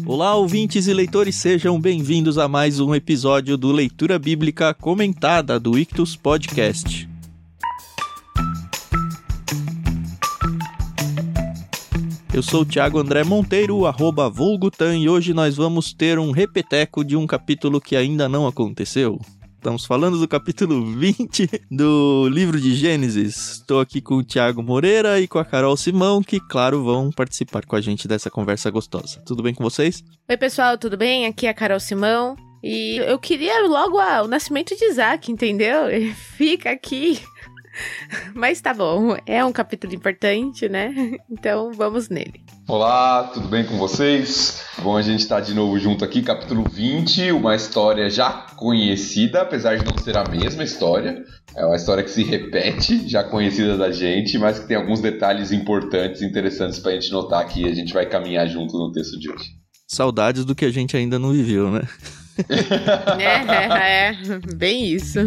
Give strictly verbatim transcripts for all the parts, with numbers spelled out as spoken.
Olá, ouvintes e leitores, sejam bem-vindos a mais um episódio do Leitura Bíblica Comentada do Ictus Podcast. Eu sou o Thiago André Monteiro, arroba Vulgutan, e hoje nós vamos ter um repeteco de um capítulo que ainda não aconteceu. Estamos falando do capítulo vinte do livro de Gênesis. Estou aqui com o Thiago Moreira e com a Carol Simão, que, claro, vão participar com a gente dessa conversa gostosa. Tudo bem com vocês? Oi, pessoal, tudo bem? Aqui é a Carol Simão. E eu queria logo a, o nascimento de Isaac, entendeu? Ele fica aqui. Mas tá bom, é um capítulo importante, né? Então vamos nele. Olá, tudo bem com vocês? Bom, a gente está de novo junto aqui, capítulo vinte, uma história já conhecida, apesar de não ser a mesma história. É uma história que se repete, já conhecida da gente, mas que tem alguns detalhes importantes e interessantes pra gente notar aqui. A gente vai caminhar junto no texto de hoje. Saudades do que a gente ainda não viveu, né? é, é, bem isso.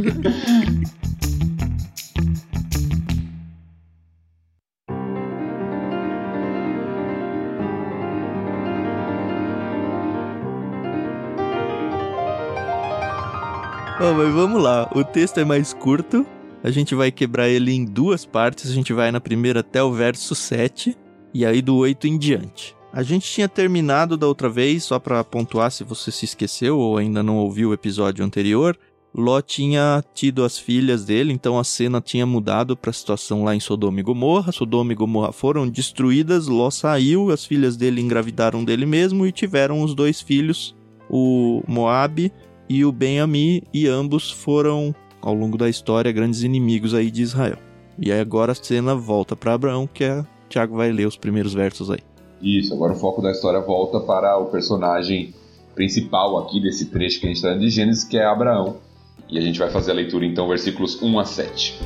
Bom, mas vamos lá, o texto é mais curto, a gente vai quebrar ele em duas partes, a gente vai na primeira até o verso sete, e aí do oito em diante. A gente tinha terminado da outra vez, só para pontuar se você se esqueceu ou ainda não ouviu o episódio anterior, Ló tinha tido as filhas dele, então a cena tinha mudado para a situação lá em Sodoma e Gomorra, Sodoma e Gomorra foram destruídas, Ló saiu, as filhas dele engravidaram dele mesmo e tiveram os dois filhos, o Moabe e o Ben-Ami, e ambos foram, ao longo da história, grandes inimigos aí de Israel. E aí agora a cena volta para Abraão, que é... o Thiago vai ler os primeiros versos aí. Isso, agora o foco da história volta para o personagem principal aqui desse trecho que a gente está lendo de Gênesis, que é Abraão. E a gente vai fazer a leitura então, versículos um a sete.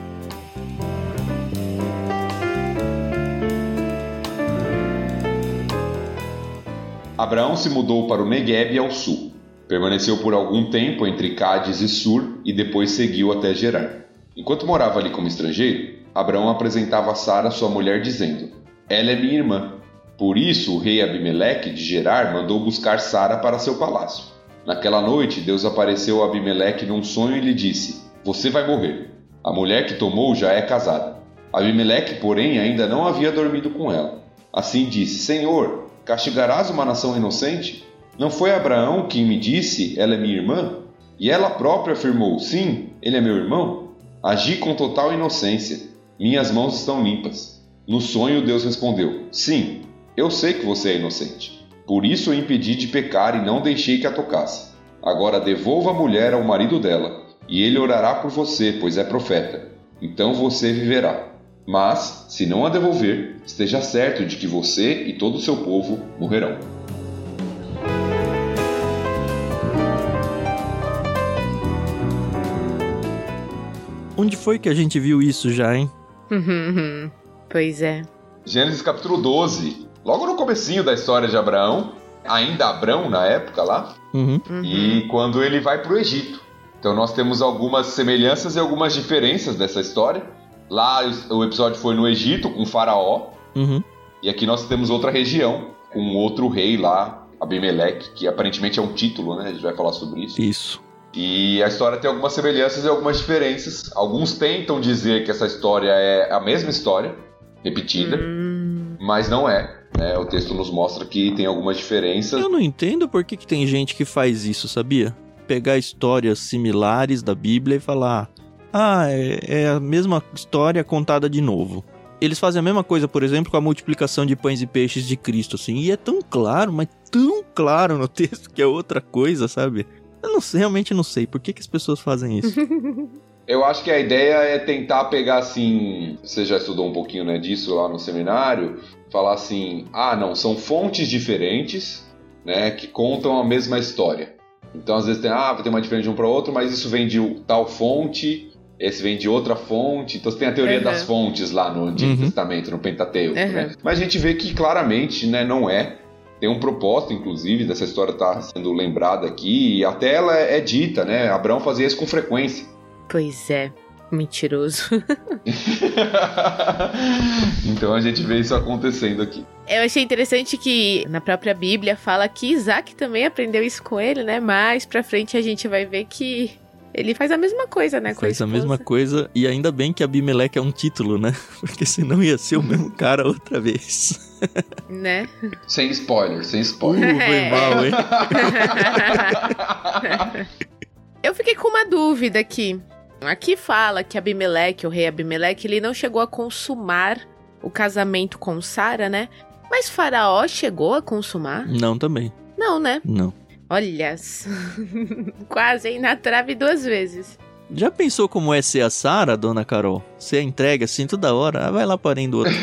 Abraão se mudou para o Neguebe ao sul. Permaneceu por algum tempo entre Cádiz e Sur e depois seguiu até Gerar. Enquanto morava ali como estrangeiro, Abraão apresentava a Sara, sua mulher, dizendo: "Ela é minha irmã." Por isso o rei Abimeleque de Gerar mandou buscar Sara para seu palácio. Naquela noite, Deus apareceu a Abimeleque num sonho e lhe disse: "Você vai morrer. A mulher que tomou já é casada." Abimeleque, porém, ainda não havia dormido com ela. Assim disse: "Senhor, castigarás uma nação inocente? Não foi Abraão quem me disse, ela é minha irmã? E ela própria afirmou, sim, ele é meu irmão? Agi com total inocência. Minhas mãos estão limpas." No sonho, Deus respondeu: "Sim, eu sei que você é inocente. Por isso eu impedi de pecar e não deixei que a tocasse. Agora devolva a mulher ao marido dela, e ele orará por você, pois é profeta. Então você viverá. Mas, se não a devolver, esteja certo de que você e todo o seu povo morrerão." Onde foi que a gente viu isso já, hein? Pois é. Gênesis capítulo doze, logo no comecinho da história de Abraão, ainda Abrão na época lá, Uhum. Uhum. e quando ele vai para o Egito. Então nós temos algumas semelhanças e algumas diferenças dessa história. Lá o episódio foi no Egito com Faraó, Uhum. e aqui nós temos outra região com outro rei lá, Abimeleque, que aparentemente é um título, né? A gente vai falar sobre isso. Isso. E a história tem algumas semelhanças e algumas diferenças. Alguns tentam dizer que essa história é a mesma história, repetida, Hum. mas não é, né? O texto nos mostra que tem algumas diferenças. Eu não entendo por que, que tem gente que faz isso, sabia? Pegar histórias similares da Bíblia e falar: ah, é, é a mesma história contada de novo. Eles fazem a mesma coisa, por exemplo, com a multiplicação de pães e peixes de Cristo, assim. E é tão claro, mas tão claro no texto que é outra coisa, sabe? Eu não sei, realmente não sei. Por que, que as pessoas fazem isso? Eu acho que a ideia é tentar pegar assim... Você já estudou um pouquinho, né, disso lá no seminário. Falar assim, ah, não, são fontes diferentes, né, que contam a mesma história. Então, às vezes, tem, ah, vai ter uma diferença de um para o outro, mas isso vem de tal fonte, esse vem de outra fonte. Então, você tem a teoria uhum. das fontes lá no Antigo uhum. Testamento, no Pentateuco, uhum. né? Mas a gente vê que claramente, né, não é. Tem um propósito, inclusive, dessa história estar sendo lembrada aqui, e até ela é dita, né? Abraão fazia isso com frequência. Pois é. Mentiroso. Então a gente vê isso acontecendo aqui. Eu achei interessante que na própria Bíblia fala que Isaac também aprendeu isso com ele, né? Mais pra frente a gente vai ver que ele faz a mesma coisa, né? Com Faz a, a mesma coisa, e ainda bem que Abimeleque é um título, né? Porque senão ia ser o mesmo cara outra vez. Né? Sem spoiler, sem Uh, spoiler. foi mal, hein? Eu fiquei com uma dúvida aqui. Aqui fala que Abimeleque, o rei Abimeleque, ele não chegou a consumar o casamento com Sara, né? Mas Faraó chegou a consumar? Não, também. Não, né? Não. Olha, quase, hein? Na trave duas vezes. Já pensou como é ser a Sara, dona Carol? Você entrega assim toda hora, ah, vai lá parando outro.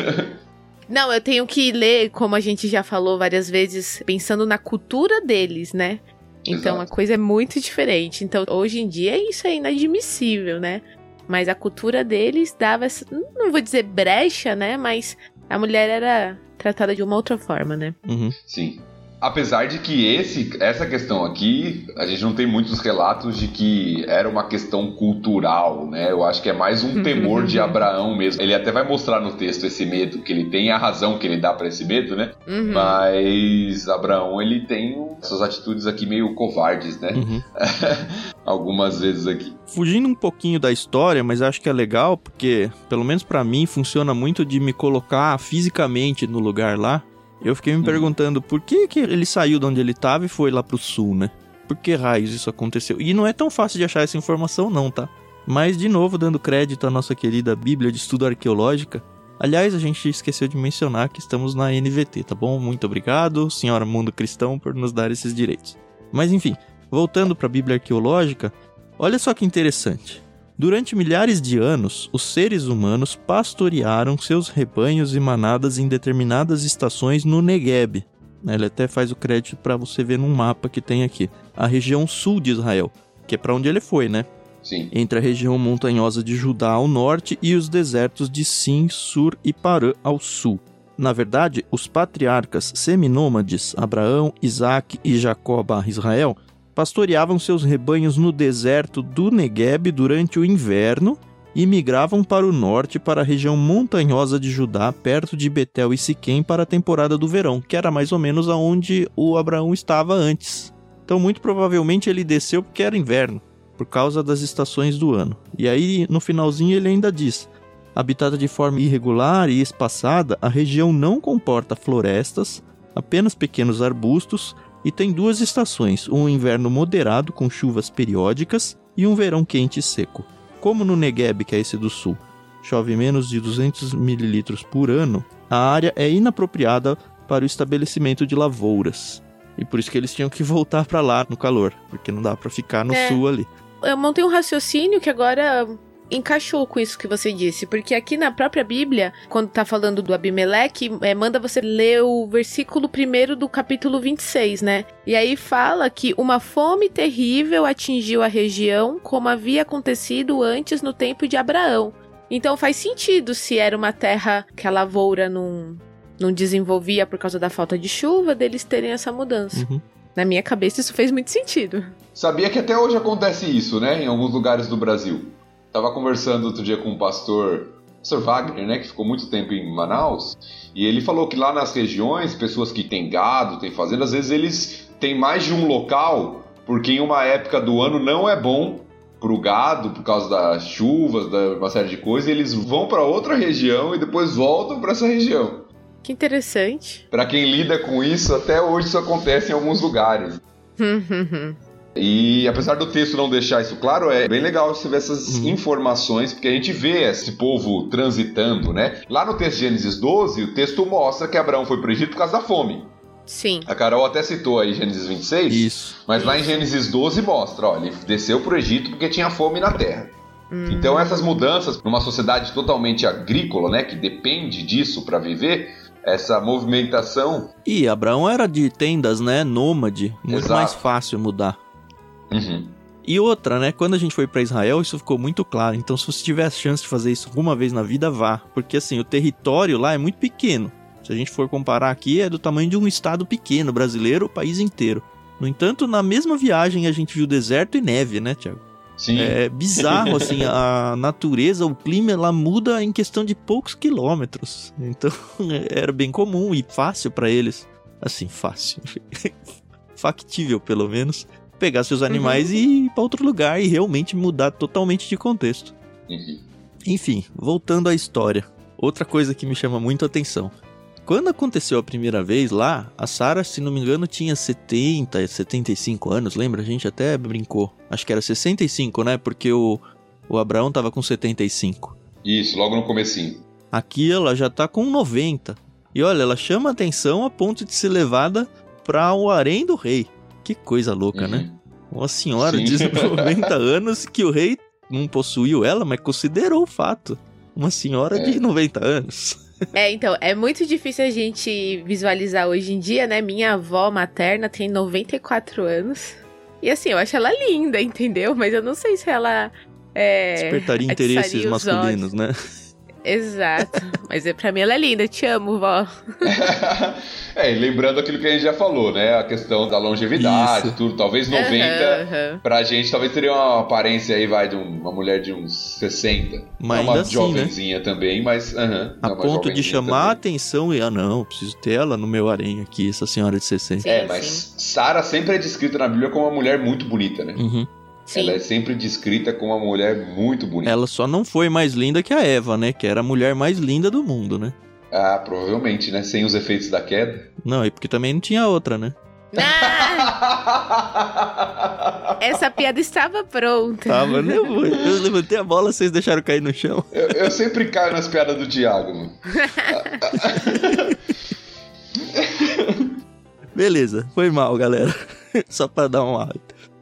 Não, eu tenho que ler, como a gente já falou várias vezes, pensando na cultura deles, né? Então Exato. a coisa é muito diferente. Então hoje em dia isso é inadmissível, né? Mas a cultura deles dava essa, não vou dizer brecha, né? Mas a mulher era tratada de uma outra forma, né? Uhum. Sim. Apesar de que esse, essa questão aqui, a gente não tem muitos relatos de que era uma questão cultural, né? Eu acho que é mais um temor de Abraão mesmo. Ele até vai mostrar no texto esse medo que ele tem, a razão que ele dá pra esse medo, né? Uhum. Mas Abraão, ele tem essas atitudes aqui meio covardes, né? Uhum. Algumas vezes aqui. Fugindo um pouquinho da história, mas acho que é legal, porque, pelo menos pra mim, funciona muito de me colocar fisicamente no lugar lá. Eu fiquei me perguntando por que, que ele saiu de onde ele estava e foi lá pro sul, né? Por que raios isso aconteceu? E não é tão fácil de achar essa informação não, tá? Mas, de novo, dando crédito à nossa querida Bíblia de Estudo Arqueológica. Aliás, a gente esqueceu de mencionar que estamos na N V T, tá bom? Muito obrigado, senhora Mundo Cristão, por nos dar esses direitos. Mas, enfim, voltando para a Bíblia Arqueológica, olha só que interessante. Durante milhares de anos, os seres humanos pastorearam seus rebanhos e manadas em determinadas estações no Negueb. Ele até faz o crédito para você ver num mapa que tem aqui. A região sul de Israel, que é para onde ele foi, né? Sim. Entre a região montanhosa de Judá ao norte e os desertos de Sin, Sur e Parã ao sul. Na verdade, os patriarcas seminômades, Abraão, Isaac e Jacó barra Israel, pastoreavam seus rebanhos no deserto do Negueb durante o inverno e migravam para o norte para a região montanhosa de Judá, perto de Betel e Siquém, para a temporada do verão, que era mais ou menos aonde o Abraão estava antes. Então, muito provavelmente ele desceu porque era inverno, por causa das estações do ano. E aí, no finalzinho, ele ainda diz: habitada de forma irregular e espaçada, a região não comporta florestas, apenas pequenos arbustos, e tem duas estações, um inverno moderado com chuvas periódicas e um verão quente e seco. Como no Negueb, que é esse do sul, chove menos de duzentos mililitros por ano, a área é inapropriada para o estabelecimento de lavouras. E por isso que eles tinham que voltar para lá no calor, porque não dá para ficar no É. sul ali. Eu montei um raciocínio que agora encaixou com isso que você disse, porque aqui na própria Bíblia, quando tá falando do Abimeleque, é, manda você ler o versículo primeiro do capítulo vinte e seis, né? E aí fala que uma fome terrível atingiu a região, como havia acontecido antes no tempo de Abraão. Então faz sentido se era uma terra que a lavoura não, não desenvolvia por causa da falta de chuva, deles terem essa mudança. Uhum. Na minha cabeça isso fez muito sentido. Sabia que até hoje acontece isso, né? Em alguns lugares do Brasil. Tava conversando outro dia com um pastor, pastor Wagner, né? Que ficou muito tempo em Manaus. E ele falou que lá nas regiões, pessoas que têm gado, têm fazenda, às vezes eles têm mais de um local, porque em uma época do ano não é bom pro gado, por causa das chuvas, da uma série de coisas, e eles vão para outra região e depois voltam para essa região. Que interessante. Para quem lida com isso, até hoje isso acontece em alguns lugares. E apesar do texto não deixar isso claro, é bem legal você ver essas uhum. informações, porque a gente vê esse povo transitando, né? Lá no texto de Gênesis doze, o texto mostra que Abraão foi para o Egito por causa da fome. Sim. A Carol até citou aí Gênesis vinte e seis, Isso. mas lá em Gênesis doze mostra, ó, ele desceu para o Egito porque tinha fome na terra. Hum. Então essas mudanças numa sociedade totalmente agrícola, né, que depende disso para viver, essa movimentação... E Abraão era de tendas, né, nômade, muito Exato. mais fácil mudar. Uhum. E outra, né, quando a gente foi pra Israel, isso ficou muito claro. Então, se você tiver a chance de fazer isso alguma vez na vida, vá. Porque, assim, o território lá é muito pequeno. Se a gente for comparar aqui, é do tamanho de um estado pequeno brasileiro, o país inteiro. No entanto, na mesma viagem, a gente viu deserto e neve, né, Thiago? Sim. É bizarro, assim, a natureza, o clima, ela muda em questão de poucos quilômetros. Então, era bem comum e fácil pra eles. Assim, fácil. Factível, pelo menos. Pegar seus animais uhum. e ir pra outro lugar e realmente mudar totalmente de contexto. Uhum. Enfim, voltando à história. Outra coisa que me chama muito a atenção. Quando aconteceu a primeira vez lá, a Sara, se não me engano, tinha setenta, setenta e cinco anos, lembra? A gente até brincou. Acho que era sessenta e cinco, né? Porque o, o Abraão tava com setenta e cinco. Isso, logo no comecinho. Aqui ela já tá com noventa. E olha, ela chama atenção a ponto de ser levada para o harém do rei. Que coisa louca, uhum. né? Uma senhora Sim. de noventa anos que o rei não possuiu ela, mas considerou o fato. Uma senhora é. de noventa anos. É, então, é muito difícil a gente visualizar hoje em dia, né? Minha avó materna tem noventa e quatro anos. E assim, eu acho ela linda, entendeu? Mas eu não sei se ela... É, despertaria interesses masculinos, né? Exato. Mas é, pra mim ela é linda, te amo, vó. É, e lembrando aquilo que a gente já falou, né? A questão da longevidade, Isso. tudo. Talvez noventa, uhum, uhum. pra gente, talvez teria uma aparência aí, vai, de uma mulher de uns sessenta. Mas uma assim, jovenzinha né? também, mas... Uhum, a ponto de chamar também. a atenção e, ah não, preciso ter ela no meu harém aqui, essa senhora de sessenta. Sim, é, mas sim. Sara sempre é descrita na Bíblia como uma mulher muito bonita, né? Uhum. Sim. Ela é sempre descrita como uma mulher muito bonita. Ela só não foi mais linda que a Eva, né? Que era a mulher mais linda do mundo, né? Ah, provavelmente, né? Sem os efeitos da queda. Não, e porque também não tinha outra, né? Ah! Essa piada estava pronta. Tava, né? Eu, eu levantei a bola, vocês deixaram cair no chão. Eu, eu sempre caio nas piadas do Thiago, mano. Beleza, foi mal, galera. Só pra dar uma...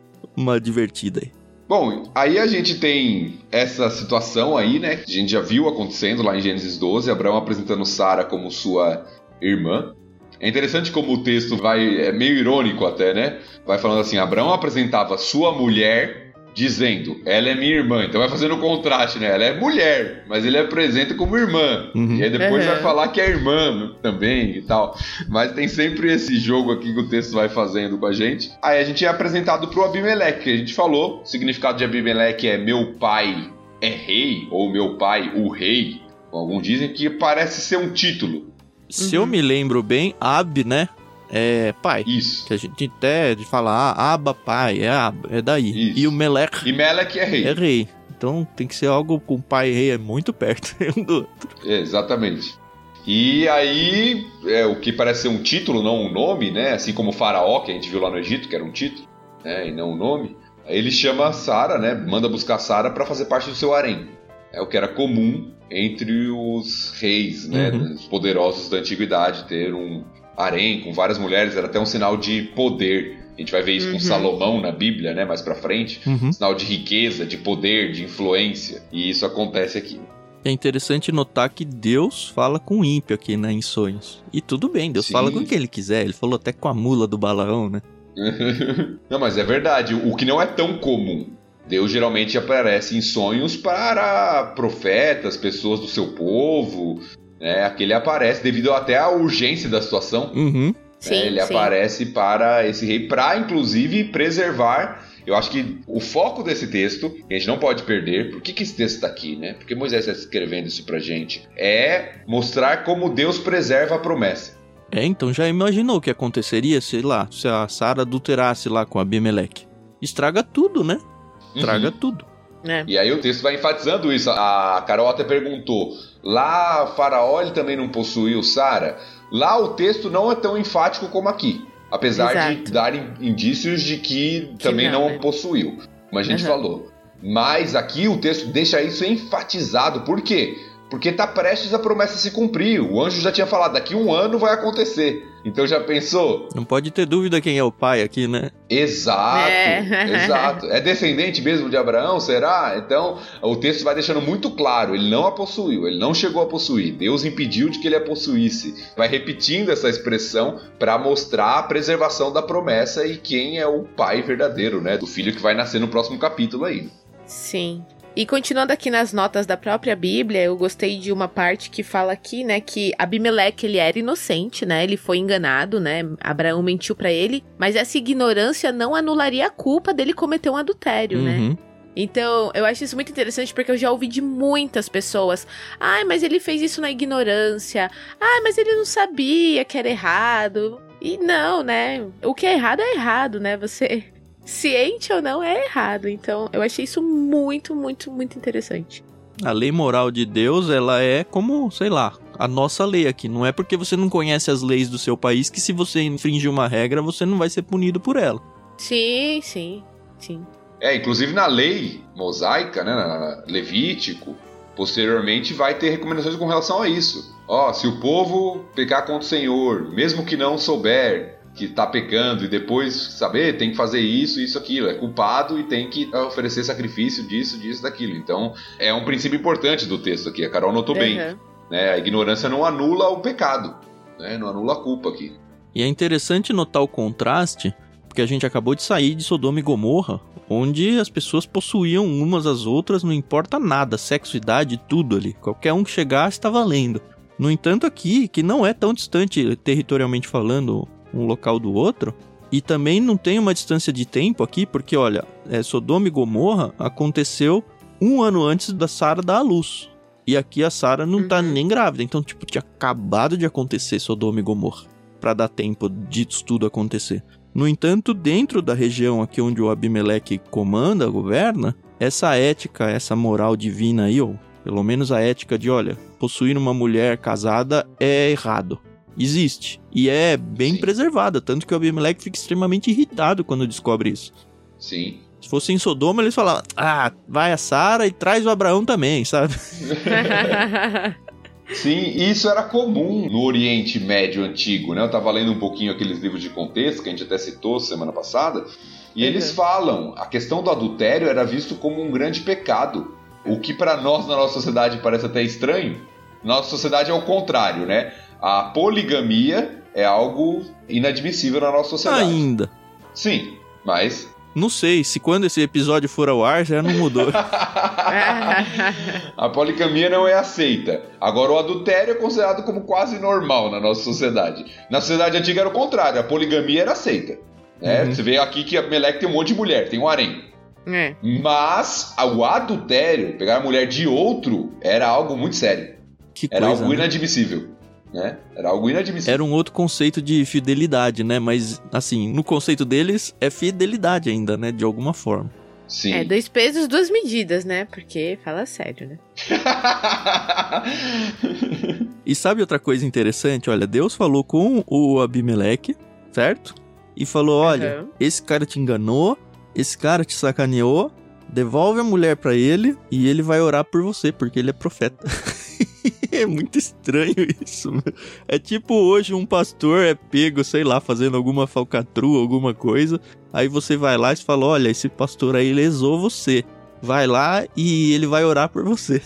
uma divertida aí. Bom, aí a gente tem essa situação aí, né? Que a gente já viu acontecendo lá em Gênesis doze, Abraão apresentando Sara como sua irmã. É interessante como o texto vai, é meio irônico até, né? Vai falando assim, Abraão apresentava sua mulher dizendo, ela é minha irmã. Então vai fazendo o contraste, né? Ela é mulher, mas ele apresenta como irmã. Uhum. E aí depois uhum. vai falar que é irmã também e tal. Mas tem sempre esse jogo aqui que o texto vai fazendo com a gente. Aí a gente é apresentado pro Abimeleque, que a gente falou. O significado de Abimeleque é meu pai é rei, ou meu pai o rei. Alguns dizem que parece ser um título. Se uhum. eu me lembro bem, Ab, né? É pai. Isso. Que a gente até de falar, ah, Aba, pai, é, Ab, é daí. Isso. E o Melech. E Melech é rei. É rei. Então tem que ser algo com pai e rei, é muito perto um do outro. É, exatamente. E aí, é, o que parece ser um título, não um nome, né? Assim como o faraó, que a gente viu lá no Egito, que era um título, né? E não um nome. Ele chama Sara, né? Manda buscar Sara para fazer parte do seu harém. É o que era comum entre os reis, né? Uhum. Os poderosos da antiguidade, ter um harém com várias mulheres, era até um sinal de poder. A gente vai ver isso uhum. com Salomão na Bíblia, né, mais pra frente. Uhum. Sinal de riqueza, de poder, de influência. E isso acontece aqui. É interessante notar que Deus fala com o ímpio aqui, né, em sonhos. E tudo bem, Deus Sim. fala com quem ele quiser. Ele falou até com a mula do Balaão, né? Não, mas é verdade. O que não é tão comum. Deus geralmente aparece em sonhos para profetas, pessoas do seu povo... É, aquele aparece devido até à urgência da situação. Uhum. Sim, é, ele sim. aparece para esse rei, para inclusive preservar. Eu acho que o foco desse texto, que a gente não pode perder, por que, que esse texto está aqui, né? Porque Moisés está escrevendo isso pra gente, é mostrar como Deus preserva a promessa. É, então já imaginou o que aconteceria, sei lá, se a Sara adulterasse lá com Abimeleque? Estraga tudo, né? Estraga uhum. tudo. É. E aí o texto vai enfatizando isso. A Carol até perguntou, lá Faraó ele também não possuiu Sara? Lá o texto não é tão enfático como aqui, apesar Exato. de dar indícios de que, que também não, não né? possuiu, como a gente uhum. falou. Mas aqui o texto deixa isso enfatizado. Por quê? Porque está prestes a promessa se cumprir. O anjo já tinha falado, daqui um ano vai acontecer. Então já pensou? Não pode ter dúvida quem é o pai aqui, né? Exato, é. exato. É descendente mesmo de Abraão, será? Então o texto vai deixando muito claro, ele não a possuiu, ele não chegou a possuir. Deus impediu de que ele a possuísse. Vai repetindo essa expressão para mostrar a preservação da promessa e quem é o pai verdadeiro, né? Do filho que vai nascer no próximo capítulo aí. Sim. E continuando aqui nas notas da própria Bíblia, eu gostei de uma parte que fala aqui, né, que Abimeleque, ele era inocente, né, ele foi enganado, né, Abraão mentiu pra ele, mas essa ignorância não anularia a culpa dele cometer um adultério, uhum. né. Então, eu acho isso muito interessante porque eu já ouvi de muitas pessoas. Ai, mas ele fez isso na ignorância. Ai, mas ele não sabia que era errado. E não, né? O que é errado é errado, né? Você, ciente ou não, é errado. Então, eu achei isso muito, muito, muito interessante. A lei moral de Deus, ela é como, sei lá, a nossa lei aqui. Não é porque você não conhece as leis do seu país que se você infringir uma regra, você não vai ser punido por ela. Sim, sim, sim. É, inclusive na lei mosaica, né, na Levítico, posteriormente vai ter recomendações com relação a isso. Ó, se o povo pecar contra o Senhor, mesmo que não souber que tá pecando e depois saber, tem que fazer isso, isso, aquilo, é culpado e tem que oferecer sacrifício disso, disso, daquilo. Então, é um princípio importante do texto aqui, a Carol notou uhum. bem. Né? A ignorância não anula o pecado, né? Não anula a culpa aqui. E é interessante notar o contraste, porque a gente acabou de sair de Sodoma e Gomorra, onde as pessoas possuíam umas às outras, não importa nada, sexo, idade, tudo ali. Qualquer um que chegasse está valendo. No entanto aqui, que não é tão distante territorialmente falando um local do outro, e também não tem uma distância de tempo aqui, porque olha, é, Sodoma e Gomorra aconteceu um ano antes da Sara dar à luz. E aqui a Sara não uhum. tá nem grávida, então tipo, tinha acabado de acontecer Sodoma e Gomorra, pra dar tempo disso tudo acontecer. No entanto, dentro da região aqui onde o Abimeleque comanda, governa, essa ética, essa moral divina aí, ou pelo menos a ética de, olha, possuir uma mulher casada é errado. Existe. E é bem Sim. preservada, tanto que o Abimeleque fica extremamente irritado quando descobre isso. Sim. Se fosse em Sodoma, eles falavam, ah, vai a Sara e traz o Abraão também, sabe? Sim, isso era comum no Oriente Médio Antigo, né? Eu tava lendo um pouquinho aqueles livros de contexto, que a gente até citou semana passada, e uhum. eles falam, a questão do adultério era visto como um grande pecado, o que para nós na nossa sociedade parece até estranho. Nossa sociedade é o contrário, né? A poligamia é algo inadmissível na nossa sociedade. Ainda. Sim, mas... Não sei, se quando esse episódio for ao ar, já não mudou. A poligamia não é aceita. Agora, o adultério é considerado como quase normal na nossa sociedade. Na sociedade antiga era o contrário, a poligamia era aceita. Né? Uhum. Você vê aqui que a Meleque tem um monte de mulher, tem um harém. É. Mas o adultério, pegar a mulher de outro, era algo muito sério. Que era coisa, algo né? inadmissível. Né? Era algo inadmissível. Era um outro conceito de fidelidade, né? Mas, assim, no conceito deles, é fidelidade ainda, né? De alguma forma. Sim. É, dois pesos, duas medidas, né? Porque fala sério, né? E sabe outra coisa interessante? Olha, Deus falou com o Abimeleque, certo? E falou, olha, uhum. esse cara te enganou, esse cara te sacaneou, devolve a mulher pra ele e ele vai orar por você, porque ele é profeta. É muito estranho isso, meu. É tipo hoje um pastor é pego, sei lá, fazendo alguma falcatrua, alguma coisa. Aí você vai lá e fala, olha, esse pastor aí lesou você. Vai lá e ele vai orar por você.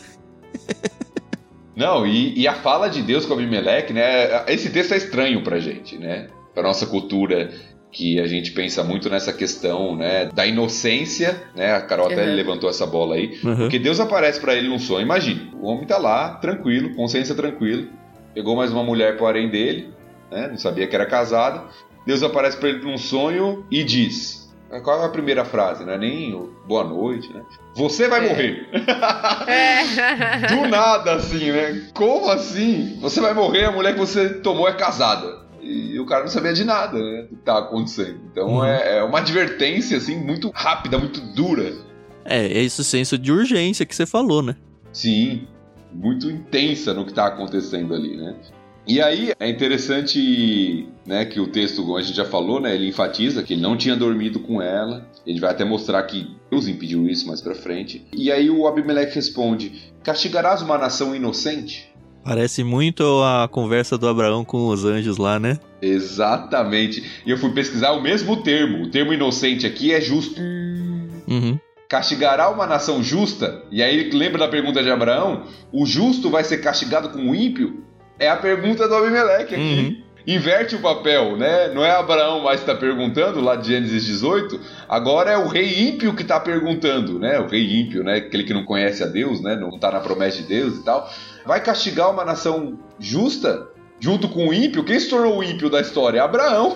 Não, e, e a fala de Deus com Abimeleque, né? Esse texto é estranho pra gente, né? Pra nossa cultura, que a gente pensa muito nessa questão, né, da inocência, né, a Carol até uhum. levantou essa bola aí, uhum. porque Deus aparece pra ele num sonho, imagine, o homem tá lá, tranquilo, consciência tranquila, pegou mais uma mulher pro harém dele, né, não sabia que era casada, Deus aparece pra ele num sonho e diz, qual é a primeira frase, não é nem o boa noite, né, você vai é. morrer. É. Do nada, assim, né, como assim? Você vai morrer, a mulher que você tomou é casada. E o cara não sabia de nada, né, do que estava acontecendo. Então uhum. é, é uma advertência, assim, muito rápida, muito dura. É, é esse senso de urgência que você falou, né? Sim, muito intensa no que está acontecendo ali, né? E aí é interessante, né, que o texto, como a gente já falou, né, ele enfatiza que ele não tinha dormido com ela. Ele vai até mostrar que Deus impediu isso mais pra frente. E aí o Abimeleque responde, castigarás uma nação inocente? Parece muito a conversa do Abraão com os anjos lá, né? Exatamente. E eu fui pesquisar o mesmo termo. O termo inocente aqui é justo. Uhum. Castigará uma nação justa? E aí, lembra da pergunta de Abraão? O justo vai ser castigado com o ímpio? É a pergunta do Abimeleque aqui. Uhum. Inverte o papel, né? Não é Abraão mais que está perguntando, lá de Gênesis dezoito. Agora é o rei ímpio que está perguntando, né? O rei ímpio, né? Aquele que não conhece a Deus, né? Não está na promessa de Deus e tal. Vai castigar uma nação justa? junto com o ímpio, quem se tornou o ímpio da história? Abraão,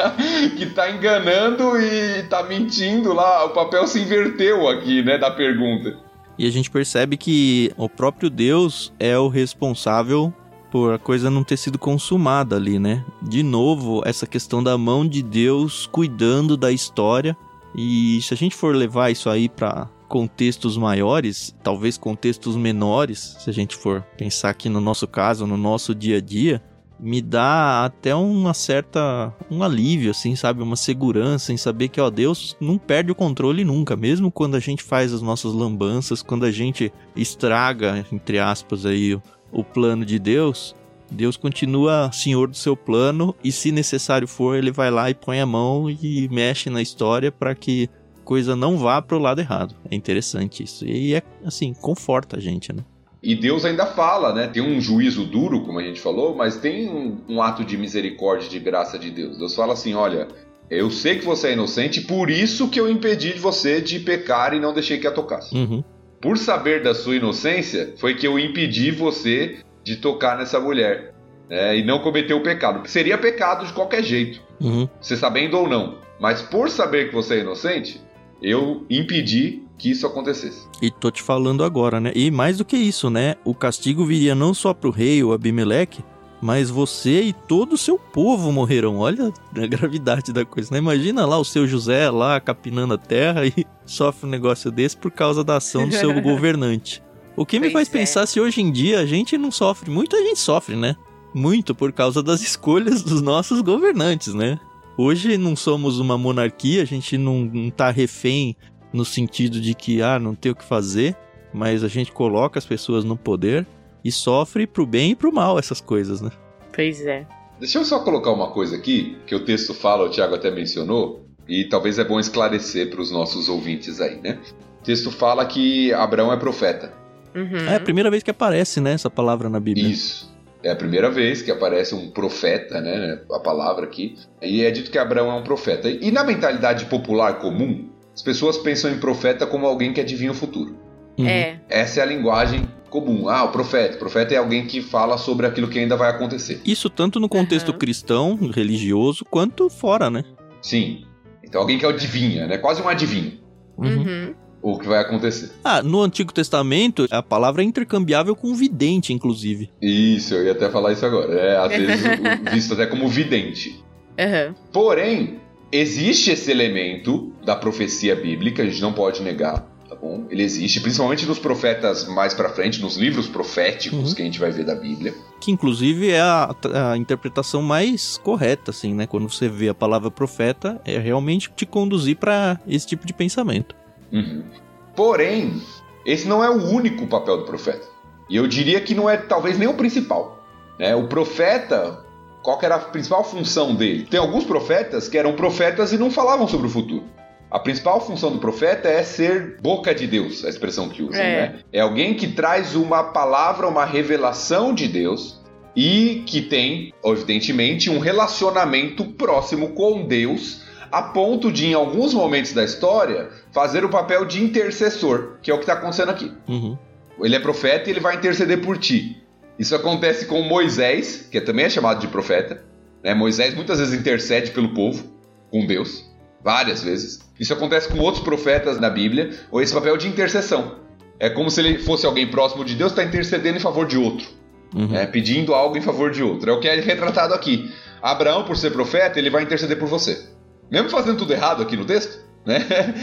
que tá enganando e tá mentindo lá, o papel se inverteu aqui, né, da pergunta. E a gente percebe que o próprio Deus é o responsável por a coisa não ter sido consumada ali, né? De novo, essa questão da mão de Deus cuidando da história. E se a gente for levar isso aí para contextos maiores, talvez contextos menores, se a gente for pensar aqui no nosso caso, no nosso dia a dia, me dá até uma certa, um alívio, assim, sabe? Uma segurança em saber que, ó, Deus não perde o controle nunca, mesmo quando a gente faz as nossas lambanças, quando a gente estraga, entre aspas, aí, o, o plano de Deus, Deus continua senhor do seu plano e, se necessário for, ele vai lá e põe a mão e mexe na história para que a coisa não vá pro lado errado. É interessante isso. E, é, assim, conforta a gente, né? E Deus ainda fala, né? Tem um juízo duro, como a gente falou, mas tem um, um ato de misericórdia e de graça de Deus. Deus fala assim, olha, eu sei que você é inocente, por isso que eu impedi de você de pecar e não deixei que a tocasse. Uhum. Por saber da sua inocência, foi que eu impedi você de tocar nessa mulher, né? E não cometer o pecado. Seria pecado de qualquer jeito, uhum. você sabendo ou não. Mas por saber que você é inocente, eu impedi que isso acontecesse. E tô te falando agora, né? E mais do que isso, né? O castigo viria não só pro rei, o Abimeleque, mas você e todo o seu povo morrerão. Olha a gravidade da coisa, né? Imagina lá o seu José lá capinando a terra e sofre um negócio desse por causa da ação do seu governante. O que me Pois faz é. pensar se hoje em dia a gente não sofre. Muita gente sofre, né? Muito por causa das escolhas dos nossos governantes, né? Hoje não somos uma monarquia, a gente não, não tá refém no sentido de que, ah, não tem o que fazer, mas a gente coloca as pessoas no poder e sofre pro bem e pro mal essas coisas, né? Pois é. Deixa eu só colocar uma coisa aqui, que o texto fala, o Thiago até mencionou, e talvez é bom esclarecer para os nossos ouvintes aí, né? O texto fala que Abraão é profeta. Uhum. É a primeira vez que aparece, né, essa palavra na Bíblia. Isso. É a primeira vez que aparece um profeta, né? A palavra aqui. E é dito que Abraão é um profeta. E na mentalidade popular comum, as pessoas pensam em profeta como alguém que adivinha o futuro. Uhum. É. Essa é a linguagem comum. Ah, o profeta. O profeta é alguém que fala sobre aquilo que ainda vai acontecer. Isso tanto no contexto Uhum. cristão, religioso, quanto fora, né? Sim. Então alguém que adivinha, né? Quase um adivinho. Uhum. O que vai acontecer. Ah, no Antigo Testamento, a palavra é intercambiável com vidente, inclusive. Isso, eu ia até falar isso agora. É, às vezes o- visto até como vidente. Uhum. Porém, existe esse elemento da profecia bíblica, a gente não pode negar, tá bom? Ele existe, principalmente nos profetas mais pra frente, nos livros proféticos Uhum. que a gente vai ver da Bíblia. Que inclusive é a, a interpretação mais correta, assim, né? Quando você vê a palavra profeta, é realmente te conduzir para esse tipo de pensamento. Uhum. Porém, esse não é o único papel do profeta. E eu diria que não é talvez nem o principal, né? O profeta, qual que era a principal função dele? Tem alguns profetas que eram profetas e não falavam sobre o futuro. A principal função do profeta é ser boca de Deus, a expressão que usam, É. né? É alguém que traz uma palavra, uma revelação de Deus e que tem, evidentemente, um relacionamento próximo com Deus, a ponto de, em alguns momentos da história, fazer o papel de intercessor, que é o que está acontecendo aqui. Uhum. Ele é profeta e ele vai interceder por ti. Isso acontece com Moisés, que também é chamado de profeta, né? Moisés muitas vezes intercede pelo povo, com Deus, várias vezes. Isso acontece com outros profetas na Bíblia, ou esse papel de intercessão. É como se ele fosse alguém próximo de Deus, está intercedendo em favor de outro, Uhum. né? Pedindo algo em favor de outro. É o que é retratado aqui. Abraão, por ser profeta, ele vai interceder por você. Mesmo fazendo tudo errado aqui no texto, né?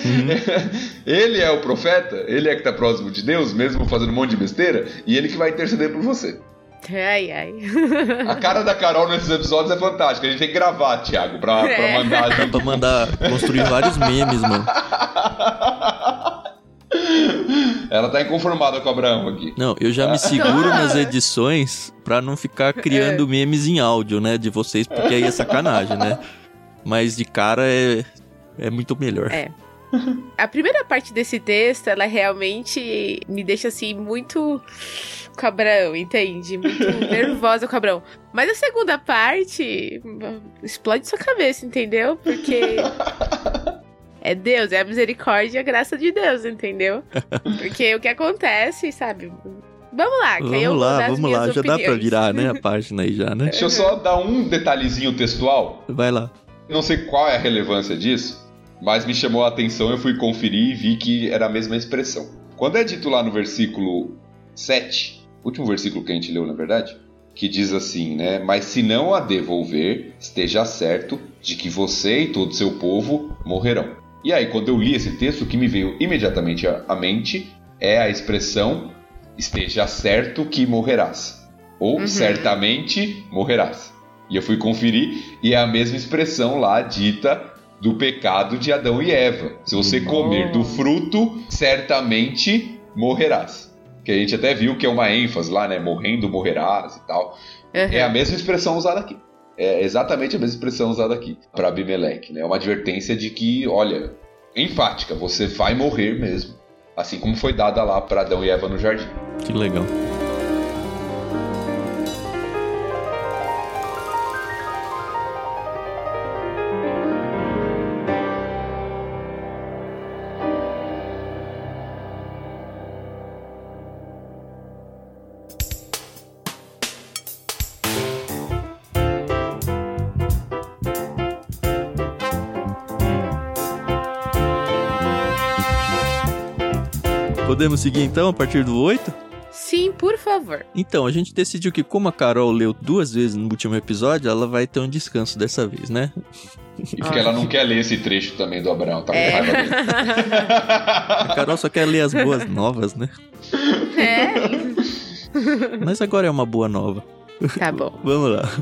Uhum. Ele é o profeta, ele é que está próximo de Deus, mesmo fazendo um monte de besteira, e ele que vai interceder por você. Ai, ai. A cara da Carol nesses episódios é fantástica. A gente tem que gravar, Thiago, pra, pra É. mandar a Dá gente. pra mandar construir vários memes, mano. Ela tá inconformada com o Abraão aqui. Não, eu já me seguro nas edições pra não ficar criando É. memes em áudio, né, de vocês, porque aí é sacanagem, né? Mas de cara é, é muito melhor. É. A primeira parte desse texto, ela realmente me deixa assim muito com o Abraão, entende? Muito nervosa com o Abraão. Mas a segunda parte explode sua cabeça, entendeu? Porque é Deus, é a misericórdia e a graça de Deus, entendeu? Porque o que acontece, sabe? Vamos lá, que vamos aí eu vou lá, dar as vamos minhas lá. Já opiniões. dá pra virar, né, a página aí já, né? Deixa eu só dar um detalhezinho textual. Vai lá. Não sei qual é a relevância disso, mas me chamou a atenção, eu fui conferir e vi que era a mesma expressão. Quando é dito lá no versículo sete, último versículo que a gente leu, na verdade, que diz assim, né? Mas se não a devolver, esteja certo de que você e todo o seu povo morrerão. E aí, quando eu li esse texto, o que me veio imediatamente à mente é a expressão esteja certo que morrerás. Ou uhum. certamente morrerás. E eu fui conferir e é a mesma expressão lá dita do pecado de Adão e Eva. Se você comer do fruto, certamente morrerás. Que a gente até viu que é uma ênfase lá, né? Morrendo, morrerás e tal. Uhum. É a mesma expressão usada aqui. É exatamente a mesma expressão usada aqui para Abimeleque, né? É uma advertência de que, olha, enfática, você vai morrer mesmo. Assim como foi dada lá para Adão e Eva no jardim. Que legal. Podemos seguir então a partir do oito? Sim, por favor. Então, a gente decidiu que como a Carol leu duas vezes no último episódio, ela vai ter um descanso dessa vez, né? E porque ela não quer ler esse trecho também do Abraão, tá com é. raiva dele. A Carol só quer ler as boas novas, né? É. Mas agora é uma boa nova. Tá bom. Vamos lá.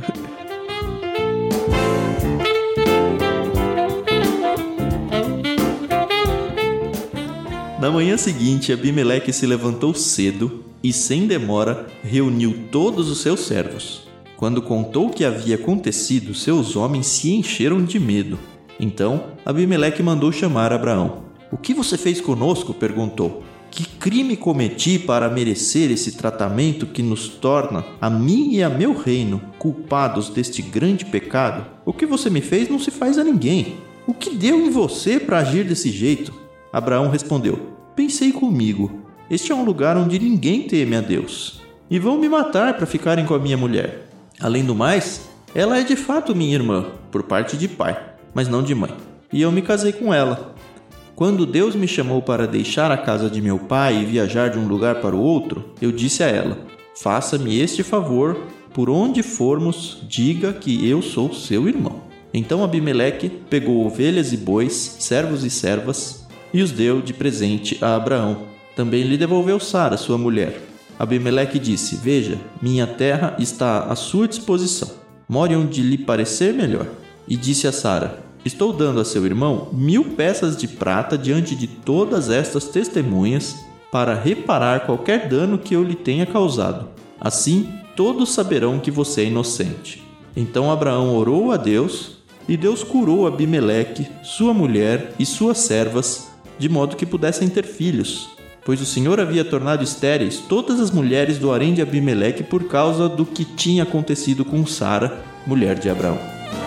Na manhã seguinte, Abimeleque se levantou cedo e, sem demora, reuniu todos os seus servos. Quando contou o que havia acontecido, seus homens se encheram de medo. Então, Abimeleque mandou chamar Abraão. "O que você fez conosco?" perguntou. "Que crime cometi para merecer esse tratamento que nos torna, a mim e a meu reino, culpados deste grande pecado? O que você me fez não se faz a ninguém. O que deu em você para agir desse jeito?" Abraão respondeu: "Pensei comigo, este é um lugar onde ninguém teme a Deus. E vão me matar para ficarem com a minha mulher. Além do mais, ela é de fato minha irmã, por parte de pai, mas não de mãe. E eu me casei com ela. Quando Deus me chamou para deixar a casa de meu pai e viajar de um lugar para o outro, eu disse a ela: faça-me este favor, por onde formos, diga que eu sou seu irmão." Então Abimeleque pegou ovelhas e bois, servos e servas, e os deu de presente a Abraão. Também lhe devolveu Sara, sua mulher. Abimeleque disse: "Veja, minha terra está à sua disposição. More onde lhe parecer melhor." E disse a Sara: "Estou dando a seu irmão mil peças de prata diante de todas estas testemunhas para reparar qualquer dano que eu lhe tenha causado. Assim, todos saberão que você é inocente." Então Abraão orou a Deus, e Deus curou Abimeleque, sua mulher e suas servas, de modo que pudessem ter filhos, pois o Senhor havia tornado estéreis todas as mulheres do harém de Abimeleque por causa do que tinha acontecido com Sara, mulher de Abraão.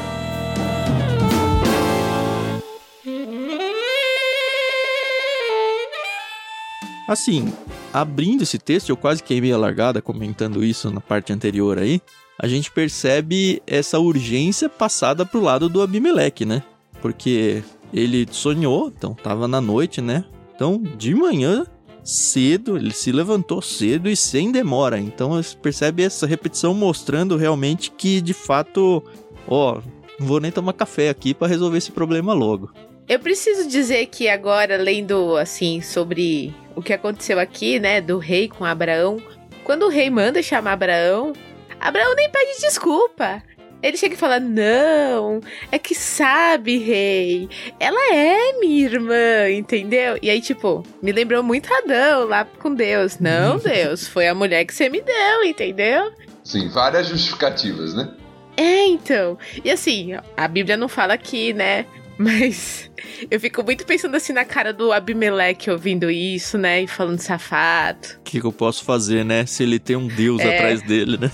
Assim, abrindo esse texto, eu quase queimei a largada comentando isso na parte anterior aí, a gente percebe essa urgência passada pro lado do Abimeleque, né? Porque ele sonhou, então tava na noite, né? Então, de manhã, cedo, ele se levantou cedo e sem demora. Então, você percebe essa repetição mostrando realmente que, de fato, ó, não vou nem tomar café aqui para resolver esse problema logo. Eu preciso dizer que agora, lendo, assim, sobre o que aconteceu aqui, né, do rei com Abraão, quando o rei manda chamar Abraão, Abraão nem pede desculpa. Ele chega e fala: "Não, é que sabe, rei, ela é minha irmã, entendeu?" E aí, tipo, me lembrou muito Adão lá com Deus. "Não, Deus, foi a mulher que você me deu, entendeu?" Sim, várias justificativas, né? É, então. E assim, a Bíblia não fala aqui, né? Mas eu fico muito pensando assim na cara do Abimeleque ouvindo isso, né? E falando safado. O que, que eu posso fazer, né? Se ele tem um Deus é... atrás dele, né?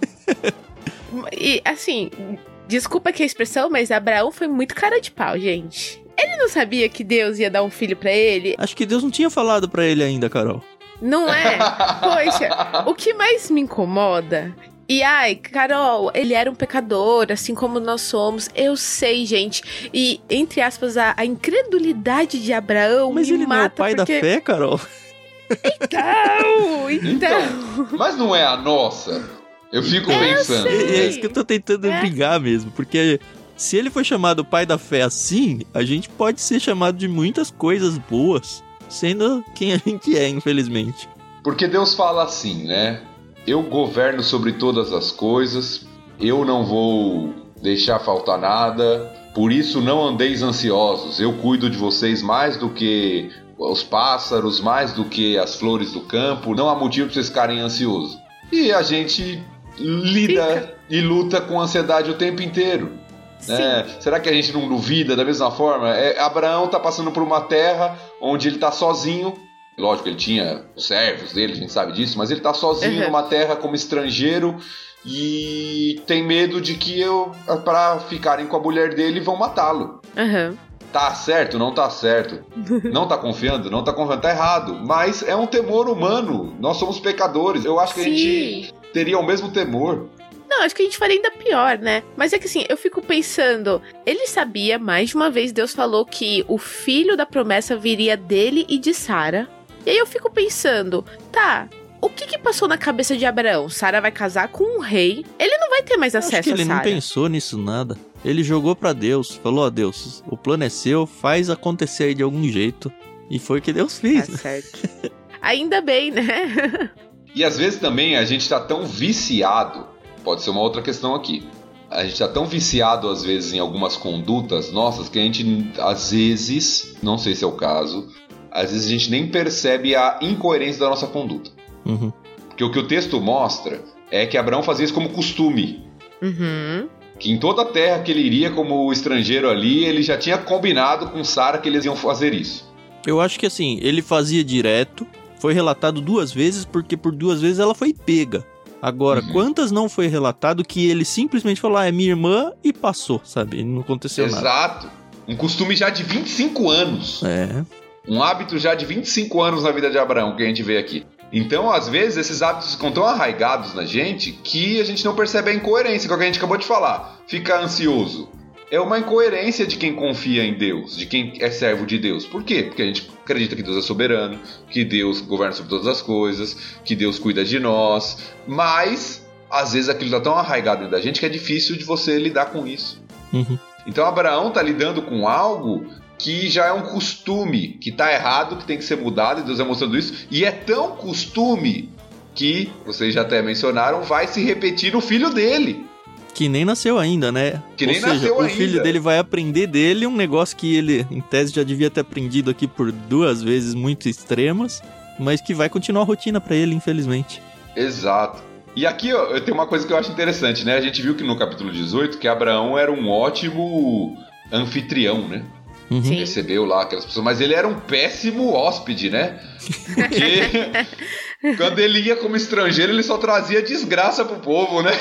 E assim, desculpa aqui a expressão, mas Abraão foi muito cara de pau, gente. Ele não sabia que Deus ia dar um filho pra ele? Acho que Deus não tinha falado pra ele ainda, Carol. Não é? Poxa, o que mais me incomoda... E ai, Carol, ele era um pecador, assim como nós somos. Eu sei, gente. E, entre aspas, a, a incredulidade de Abraão Mas me ele mata não é o pai porque... da fé, Carol? Então, então... então... Mas não é a nossa? Eu fico eu pensando. Sei. É, é isso que eu tô tentando é. brigar mesmo. Porque se ele foi chamado pai da fé assim, a gente pode ser chamado de muitas coisas boas, sendo quem a gente é, infelizmente. Porque Deus fala assim, né? Eu governo sobre todas as coisas, eu não vou deixar faltar nada, por isso não andeis ansiosos, eu cuido de vocês mais do que os pássaros, mais do que as flores do campo, não há motivo para vocês ficarem ansiosos. E a gente lida Fica. e luta com ansiedade o tempo inteiro. Né? Será que a gente não duvida da mesma forma? É, Abraão está passando por uma terra onde ele está sozinho. Lógico, ele tinha os servos dele, a gente sabe disso, mas ele tá sozinho uhum. numa terra como estrangeiro e tem medo de que eu, pra ficarem com a mulher dele, vão matá-lo. Uhum. Tá certo? Não tá certo. Não tá confiando? Não tá confiando. Tá errado. Mas é um temor humano. Nós somos pecadores. Eu acho que Sim. a gente teria o mesmo temor. Não, acho que a gente faria ainda pior, né? Mas é que assim, eu fico pensando, ele sabia, mais de uma vez Deus falou que o filho da promessa viria dele e de Sara. E aí eu fico pensando, tá, o que que passou na cabeça de Abraão? Sara vai casar com um rei, ele não vai ter mais acesso a Sara. Acho que ele não pensou nisso nada. Ele jogou pra Deus, falou, ó Deus, o plano é seu, faz acontecer aí de algum jeito. E foi o que Deus fez. Tá certo. Ainda bem, né? E às vezes também a gente tá tão viciado, pode ser uma outra questão aqui. A gente tá tão viciado às vezes em algumas condutas nossas que a gente às vezes, não sei se é o caso... Às vezes a gente nem percebe a incoerência da nossa conduta. Uhum. Porque o que o texto mostra é que Abraão fazia isso como costume. Uhum. Que em toda a terra que ele iria como estrangeiro ali, ele já tinha combinado com Sara que eles iam fazer isso. Eu acho que assim, ele fazia direto, foi relatado duas vezes, porque por duas vezes ela foi pega. Agora, uhum. quantas não foi relatado que ele simplesmente falou, ah, é minha irmã e passou, sabe? Não aconteceu Exato. nada. Exato. Um costume já de vinte e cinco anos. É... Um hábito já de vinte e cinco anos na vida de Abraão, que a gente vê aqui. Então, às vezes, esses hábitos ficam tão arraigados na gente que a gente não percebe a incoerência, que é o que a gente acabou de falar. Ficar ansioso. É uma incoerência de quem confia em Deus, de quem é servo de Deus. Por quê? Porque a gente acredita que Deus é soberano, que Deus governa sobre todas as coisas, que Deus cuida de nós. Mas, às vezes, aquilo está tão arraigado dentro da gente que é difícil de você lidar com isso. Uhum. Então, Abraão está lidando com algo... que já é um costume, que tá errado, que tem que ser mudado, e Deus vai mostrando isso, e é tão costume que, vocês já até mencionaram, vai se repetir no filho dele. Que nem nasceu ainda, né? Que Ou nem seja, nasceu o ainda. filho dele vai aprender dele um negócio que ele, em tese, já devia ter aprendido aqui por duas vezes muito extremas, mas que vai continuar a rotina pra ele, infelizmente. Exato. E aqui ó, eu tenho uma coisa que eu acho interessante, né? A gente viu que no capítulo dezoito, que Abraão era um ótimo anfitrião, né? Uhum. Recebeu lá aquelas pessoas, mas ele era um péssimo hóspede, né? Porque quando ele ia como estrangeiro, ele só trazia desgraça pro povo, né?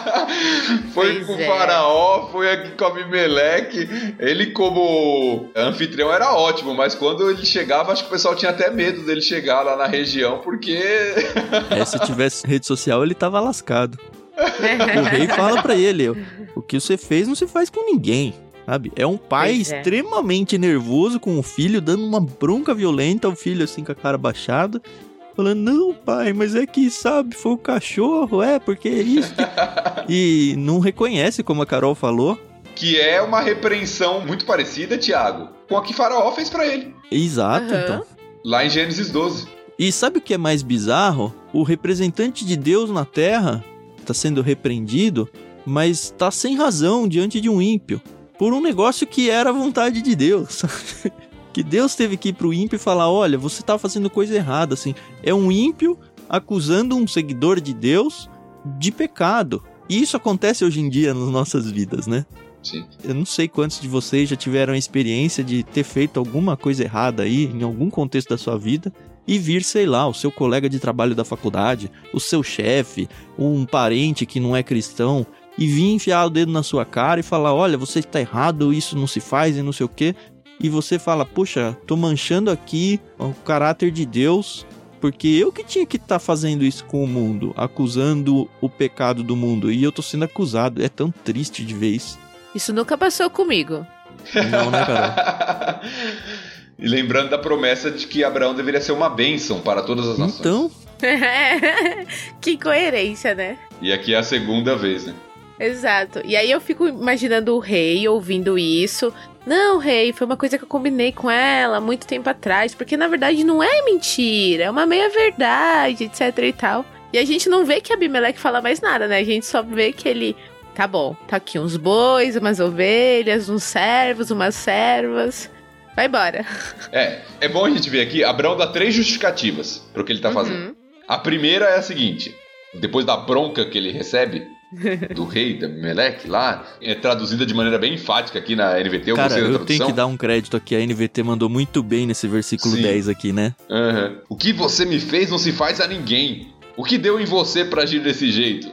Foi pois com o é. faraó, foi aqui com Abimeleque. Ele como anfitrião era ótimo, mas quando ele chegava, acho que o pessoal tinha até medo dele chegar lá na região, porque... É, se tivesse rede social, ele tava lascado. O rei fala pra ele, o que você fez não se faz com ninguém. Sabe? É um pai pois extremamente é. nervoso com o filho, dando uma bronca violenta, o filho assim com a cara baixada, falando, não pai, mas é que, sabe, foi o cachorro, é, porque é isso. E não reconhece, como a Carol falou. Que é uma repreensão muito parecida, Tiago, com a que Faraó fez pra ele. Exato, uhum. então. Lá em Gênesis doze. E sabe o que é mais bizarro? O representante de Deus na Terra tá sendo repreendido, mas tá sem razão diante de um ímpio. Por um negócio que era a vontade de Deus. Que Deus teve que ir pro ímpio e falar, olha, você tá fazendo coisa errada, assim. É um ímpio acusando um seguidor de Deus de pecado. E isso acontece hoje em dia nas nossas vidas, né? Sim. Eu não sei quantos de vocês já tiveram a experiência de ter feito alguma coisa errada aí, em algum contexto da sua vida, e vir, sei lá, o seu colega de trabalho da faculdade, o seu chefe, um parente que não é cristão, e vir enfiar o dedo na sua cara e falar, olha, você está errado, isso não se faz e não sei o quê. E você fala, puxa, tô manchando aqui o caráter de Deus Porque eu que tinha que estar tá fazendo isso com o mundo, acusando o pecado do mundo. E eu tô sendo acusado. É tão triste de ver isso. Isso nunca passou comigo. Não, né, Carol? E lembrando da promessa de que Abraão deveria ser uma bênção para todas as nações. Então... Que coerência, né? E aqui é a segunda vez, né? Exato. E aí eu fico imaginando o rei ouvindo isso. Não, rei, foi uma coisa que eu combinei com ela há muito tempo atrás. Porque na verdade não é mentira, é uma meia verdade, etc e tal. E a gente não vê que Abimeleque fala mais nada, né? A gente só vê que ele... Tá bom, tá aqui uns bois, umas ovelhas, uns servos, umas servas... Vai embora. É, é bom a gente ver aqui, Abraão dá três justificativas pro que ele tá uhum. fazendo. A primeira é a seguinte, depois da bronca que ele recebe do rei, da Abimeleque lá, é traduzida de maneira bem enfática aqui na N V T. Eu Cara, eu tradução. tenho que dar um crédito aqui, a N V T mandou muito bem nesse versículo Sim. dez aqui, né? Uhum. O que você me fez não se faz a ninguém. O que deu em você pra agir desse jeito?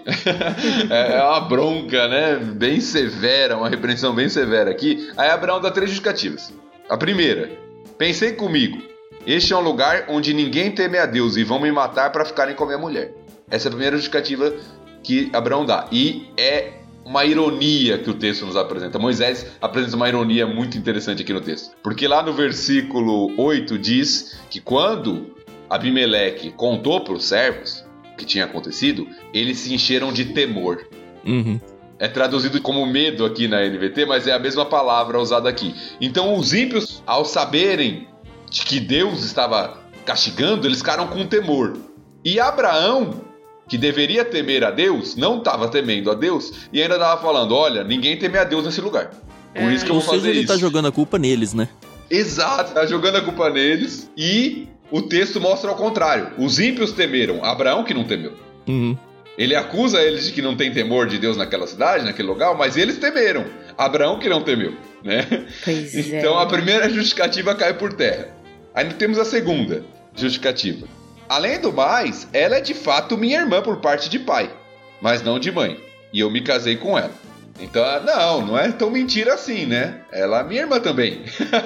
É uma bronca, né? Bem severa, uma repreensão bem severa aqui. Aí Abraão dá três justificativas. A primeira, pensei comigo, este é um lugar onde ninguém teme a Deus e vão me matar para ficarem com a minha mulher. Essa é a primeira justificativa que Abraão dá. E é uma ironia que o texto nos apresenta. Moisés apresenta uma ironia muito interessante aqui no texto. Porque lá no versículo oito diz que quando Abimeleque contou para os servos o que tinha acontecido, eles se encheram de temor. Uhum. É traduzido como medo aqui na N V T, mas é a mesma palavra usada aqui. Então os ímpios, ao saberem de que Deus estava castigando, eles ficaram com temor. E Abraão, que deveria temer a Deus, não estava temendo a Deus e ainda estava falando, olha, ninguém teme a Deus nesse lugar. Por é. isso que eu vou fazer isso. Ou seja, ele está jogando a culpa neles, né? Exato, está jogando a culpa neles e o texto mostra ao contrário. Os ímpios temeram, Abraão que não temeu. Uhum. Ele acusa eles de que não tem temor de Deus naquela cidade, naquele lugar, mas eles temeram. Abraão que não temeu, né? Pois então é. a primeira justificativa cai por terra. Aí temos a segunda justificativa. Além do mais, ela é de fato minha irmã por parte de pai, mas não de mãe. E eu me casei com ela. Então, não, não é tão mentira assim, né? Ela é minha irmã também.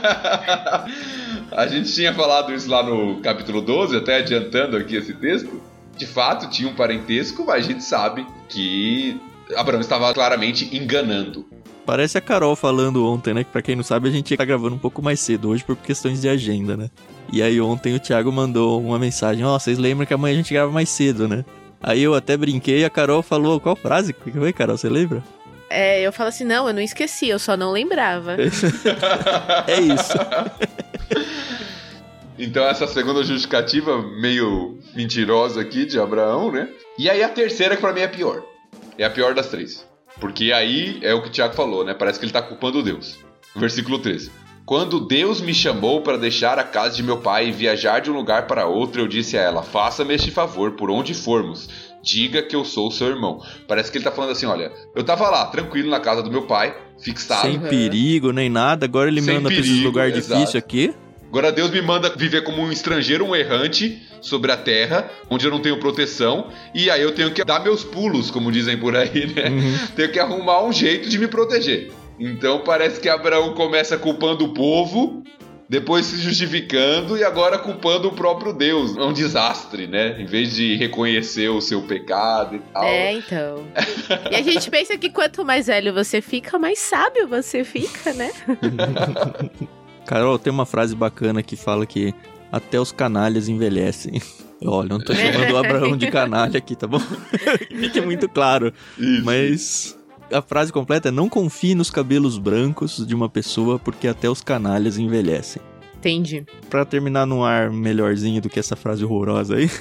A gente tinha falado isso lá no capítulo doze, até adiantando aqui esse texto. De fato, tinha um parentesco, mas a gente sabe que Abraão estava claramente enganando. Parece a Carol falando ontem, né? Que pra quem não sabe, a gente tá gravando um pouco mais cedo hoje por questões de agenda, né? E aí ontem o Thiago mandou uma mensagem, ó, oh, vocês lembram que amanhã a gente grava mais cedo, né? Aí eu até brinquei e a Carol falou, qual frase? O que foi, Carol? Você lembra? É, eu falo assim, não, eu não esqueci, eu só não lembrava. É isso. Então essa segunda justificativa meio mentirosa aqui de Abraão, né? E aí a terceira que pra mim é a pior. É a pior das três. Porque aí é o que o Thiago falou, né? Parece que ele tá culpando Deus. Versículo treze. Quando Deus me chamou para deixar a casa de meu pai e viajar de um lugar para outro, eu disse a ela, faça-me este favor, por onde formos, diga que eu sou seu irmão. Parece que ele tá falando assim, olha, eu tava lá, tranquilo, na casa do meu pai, fixado. Sem perigo, nem nada, agora ele me manda pra esse lugar exato. difícil aqui. Agora Deus me manda viver como um estrangeiro, um errante, sobre a terra, onde eu não tenho proteção, e aí eu tenho que dar meus pulos, como dizem por aí, né? Uhum. Tenho que arrumar um jeito de me proteger. Então parece que Abraão começa culpando o povo, depois se justificando e agora culpando o próprio Deus. É um desastre, né? Em vez de reconhecer o seu pecado e tal. É, então. E a gente pensa que quanto mais velho você fica, mais sábio você fica, né? Carol, tem uma frase bacana que fala que até os canalhas envelhecem. Olha, eu não tô chamando o Abraão de canalha aqui, tá bom? Fique muito claro. Isso. Mas a frase completa é: não confie nos cabelos brancos de uma pessoa, porque até os canalhas envelhecem. Entendi. Pra terminar num ar melhorzinho do que essa frase horrorosa aí,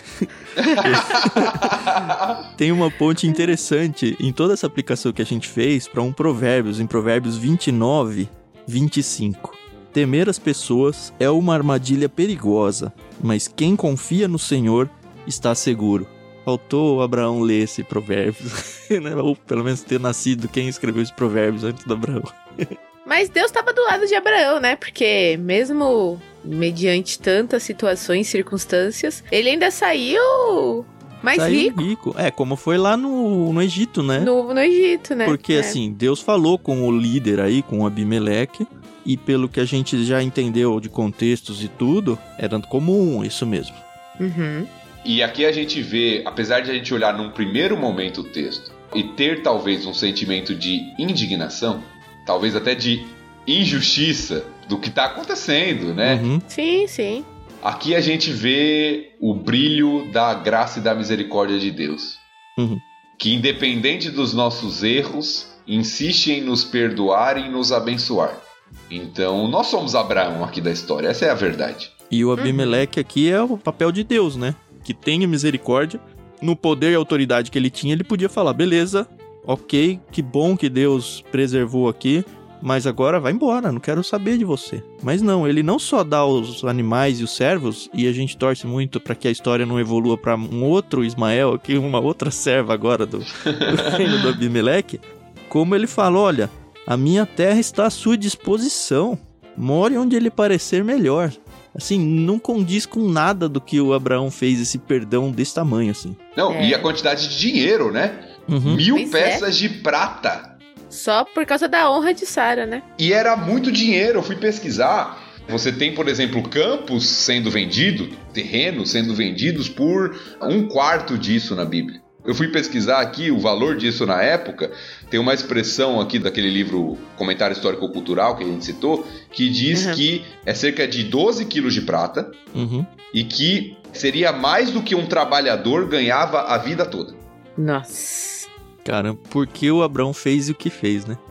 tem uma ponte interessante em toda essa aplicação que a gente fez para um Provérbios, em Provérbios vinte e nove, vinte e cinco. Temer as pessoas é uma armadilha perigosa, mas quem confia no Senhor está seguro. Faltou Abraão ler esse Provérbios, né? Ou pelo menos ter nascido quem escreveu esse Provérbios antes do Abraão. Mas Deus estava do lado de Abraão, né? Porque mesmo mediante tantas situações, circunstâncias, ele ainda saiu mais saiu rico. rico. É, como foi lá no, no Egito, né? No, no Egito, né? Porque é. assim, Deus falou com o líder aí, com o Abimeleque, e pelo que a gente já entendeu de contextos e tudo, era comum isso mesmo. Uhum. E aqui a gente vê, apesar de a gente olhar num primeiro momento o texto e ter talvez um sentimento de indignação, talvez até de injustiça do que está acontecendo, né? Uhum. Sim, sim. Aqui a gente vê o brilho da graça e da misericórdia de Deus. Uhum. Que independente dos nossos erros, insiste em nos perdoar e nos abençoar. Então, nós somos Abraão aqui da história, essa é a verdade. E o Abimeleque aqui é o papel de Deus, né? Que tenha misericórdia. No poder e autoridade que ele tinha, ele podia falar, beleza, ok, que bom que Deus preservou aqui, mas agora vai embora, não quero saber de você. Mas não, ele não só dá os animais e os servos, e a gente torce muito para que a história não evolua para um outro Ismael, aqui uma outra serva agora do, do reino do Abimeleque, como ele fala, olha, a minha terra está à sua disposição, more onde ele parecer melhor. Assim, não condiz com nada do que o Abraão fez, esse perdão desse tamanho, assim. Não, É. e a quantidade de dinheiro, né? Uhum. Mil Pois peças é. de prata. Só por causa da honra de Sara, né? E era muito dinheiro, eu fui pesquisar. Você tem, por exemplo, campos sendo vendidos, terrenos sendo vendidos por um quarto disso na Bíblia. Eu fui pesquisar aqui o valor disso na época. Tem uma expressão aqui daquele livro Comentário Histórico-Cultural que a gente citou, que diz Uhum. que é cerca de doze quilos de prata Uhum. e que seria mais do que um trabalhador ganhava a vida toda. Nossa. Cara, por que o Abraão fez o que fez, né?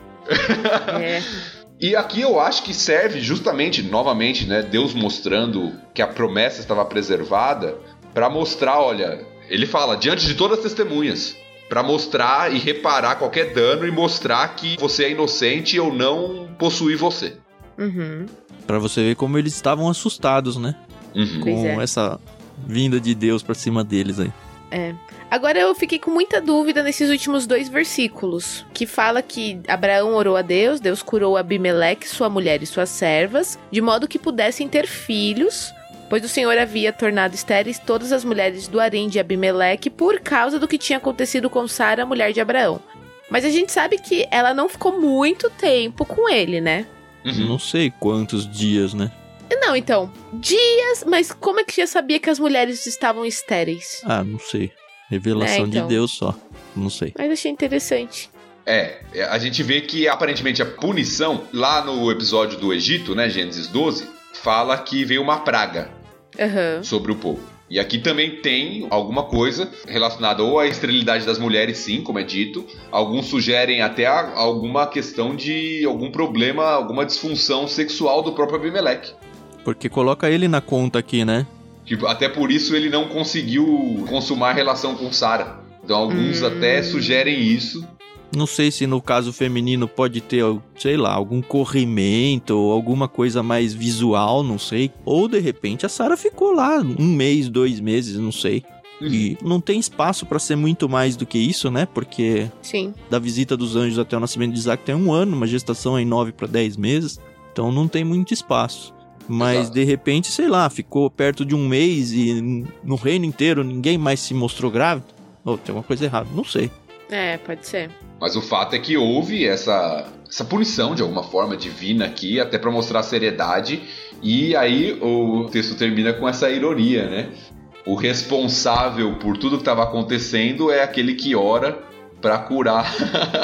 É. E aqui eu acho que serve justamente, novamente, né, Deus mostrando que a promessa estava preservada para mostrar, olha, ele fala, diante de todas as testemunhas, para mostrar e reparar qualquer dano e mostrar que você é inocente ou não possui você. Uhum. Pra você ver como eles estavam assustados, né? Uhum. Pois Com é. essa vinda de Deus pra cima deles aí. É. Agora eu fiquei com muita dúvida nesses últimos dois versículos, que fala que Abraão orou a Deus, Deus curou Abimeleque, sua mulher e suas servas, de modo que pudessem ter filhos, pois o Senhor havia tornado estéreis todas as mulheres do harém de Abimeleque por causa do que tinha acontecido com Sara, mulher de Abraão. Mas a gente sabe que ela não ficou muito tempo com ele, né? Uhum. Não sei quantos dias, né? Não, então, dias, mas como é que já sabia que as mulheres estavam estéreis? Ah, não sei. Revelação É, então. de Deus só. Não sei. Mas achei interessante. É, a gente vê que aparentemente a punição, lá no episódio do Egito, né, Gênesis doze, fala que veio uma praga Aham. sobre o povo. E aqui também tem alguma coisa relacionada ou à esterilidade das mulheres, sim, como é dito. Alguns sugerem até a- alguma questão de algum problema, alguma disfunção sexual do próprio Abimeleque. Porque coloca ele na conta aqui, né? Tipo, até por isso ele não conseguiu consumar relação com Sara. Então alguns Hum. até sugerem isso. Não sei se no caso feminino pode ter, sei lá, algum corrimento ou alguma coisa mais visual, não sei. Ou de repente a Sara ficou lá um mês, dois meses, não sei. E não tem espaço pra ser muito mais do que isso, né? Porque Sim. da visita dos anjos até o nascimento de Isaac tem um ano, uma gestação em nove para dez meses. Então não tem muito espaço. Mas Exato. de repente, sei lá, ficou perto de um mês e no reino inteiro ninguém mais se mostrou grávido. Ou tem uma coisa errada, não sei. É, pode ser. Mas o fato é que houve essa, essa punição, de alguma forma, divina aqui, até para mostrar a seriedade. E aí o texto termina com essa ironia, né? O responsável por tudo que estava acontecendo é aquele que ora para curar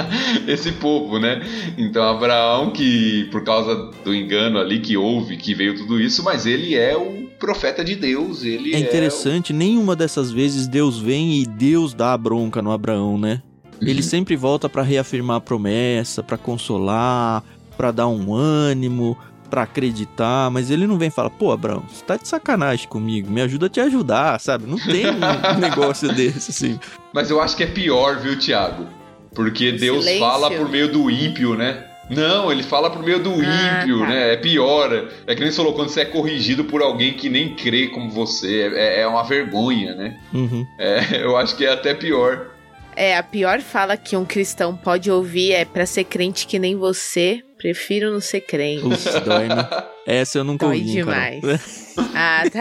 esse povo, né? Então Abraão, que por causa do engano ali que houve, que veio tudo isso, mas ele é o profeta de Deus, ele É interessante, nenhuma dessas vezes Deus vem e Deus dá a bronca no Abraão, né? Ele sempre volta pra reafirmar a promessa, pra consolar, pra dar um ânimo, pra acreditar, mas ele não vem falar, pô, Abraão, você tá de sacanagem comigo, me ajuda a te ajudar, sabe? Não tem um negócio desse, assim. Mas eu acho que é pior, viu, Thiago? Porque Deus silêncio. fala por meio do ímpio, né? Não, ele fala por meio do Ah, ímpio, tá. né? É pior. É que nem você falou, quando você é corrigido por alguém que nem crê como você, é, é uma vergonha, né? Uhum. É, eu acho que é até pior. É, a pior fala que um cristão pode ouvir é pra ser crente que nem você, prefiro não ser crente. Putz, dói, né? Essa eu nunca Dói ouvi, demais. Carol. Ah, tá.